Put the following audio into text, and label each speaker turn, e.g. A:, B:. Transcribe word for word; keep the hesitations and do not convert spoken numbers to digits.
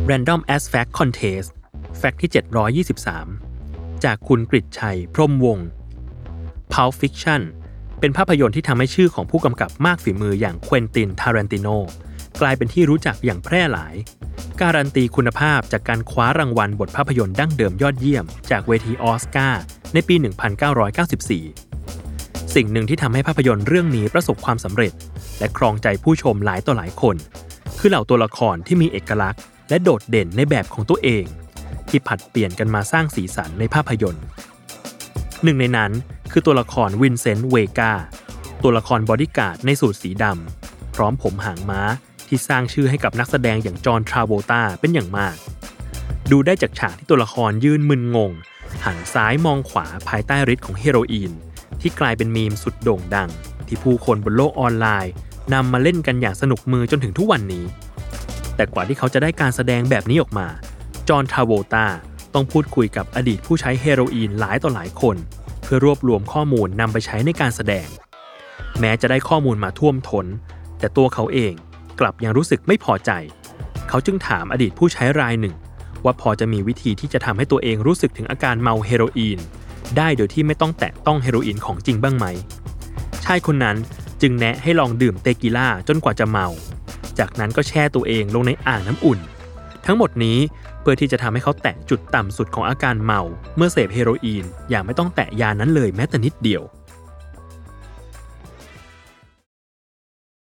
A: Random as Fact Contest แฟกต์ที่เจ็ดร้อยยี่สิบสามจากคุณกฤษชัยพรหมวงศ์ Pulp Fiction เป็นภาพยนตร์ที่ทำให้ชื่อของผู้กำกับมากฝีมืออย่างเควินติน ทารันติโนกลายเป็นที่รู้จักอย่างแพร่หลายการันตีคุณภาพจากการคว้ารางวัลบทภาพยนตร์ดั้งเดิมยอดเยี่ยมจากเวทีออสการ์ในปี หนึ่งพันเก้าร้อยเก้าสิบสี่ สิ่งหนึ่งที่ทำให้ภาพยนตร์เรื่องนี้ประสบความสำเร็จและครองใจผู้ชมหลายต่อหลายคนคือเหล่าตัวละครที่มีเอกลักษณ์และโดดเด่นในแบบของตัวเองที่ผลัดเปลี่ยนกันมาสร้างสีสันในภาพยนตร์หนึ่งในนั้นคือตัวละครวินเซนต์ เวกาตัวละครบอดี้การ์ดในสูทสีดำพร้อมผมหางม้าที่สร้างชื่อให้กับนักแสดงอย่างจอห์น ทราโวลตาเป็นอย่างมากดูได้จากฉากที่ตัวละครยืนมึนงงหันซ้ายมองขวาภายใต้ฤทธิ์ของเฮโรอีนที่กลายเป็นมีมสุดโด่งดังที่ผู้คนบนโลกออนไลน์นำมาเล่นกันอย่างสนุกมือจนถึงทุกวันนี้แต่กว่าที่เขาจะได้การแสดงแบบนี้ออกมาจอห์น ทราโวลตาต้องพูดคุยกับอดีตผู้ใช้เฮโรอีนหลายต่อหลายคนเพื่อรวบรวมข้อมูลนำไปใช้ในการแสดงแม้จะได้ข้อมูลมาท่วมท้นแต่ตัวเขาเองกลับยังรู้สึกไม่พอใจเขาจึงถามอดีตผู้ใช้รายหนึ่งว่าพอจะมีวิธีที่จะทำให้ตัวเองรู้สึกถึงอาการเมาเฮโรอีนได้โดยที่ไม่ต้องแตะต้องเฮโรอีนของจริงบ้างไหมชายคนนั้นจึงแนะให้ลองดื่มเตกิล่าจนกว่าจะเมาจากนั้นก็แช่ตัวเองลงในอ่างน้ำอุ่นทั้งหมดนี้เพื่อที่จะทำให้เขาแตะจุดต่ำสุดของอาการเมาเมื่อเสพเฮโรอีนอย่างไม่ต้องแตะยานั้นเลยแม้แต่นิดเดียว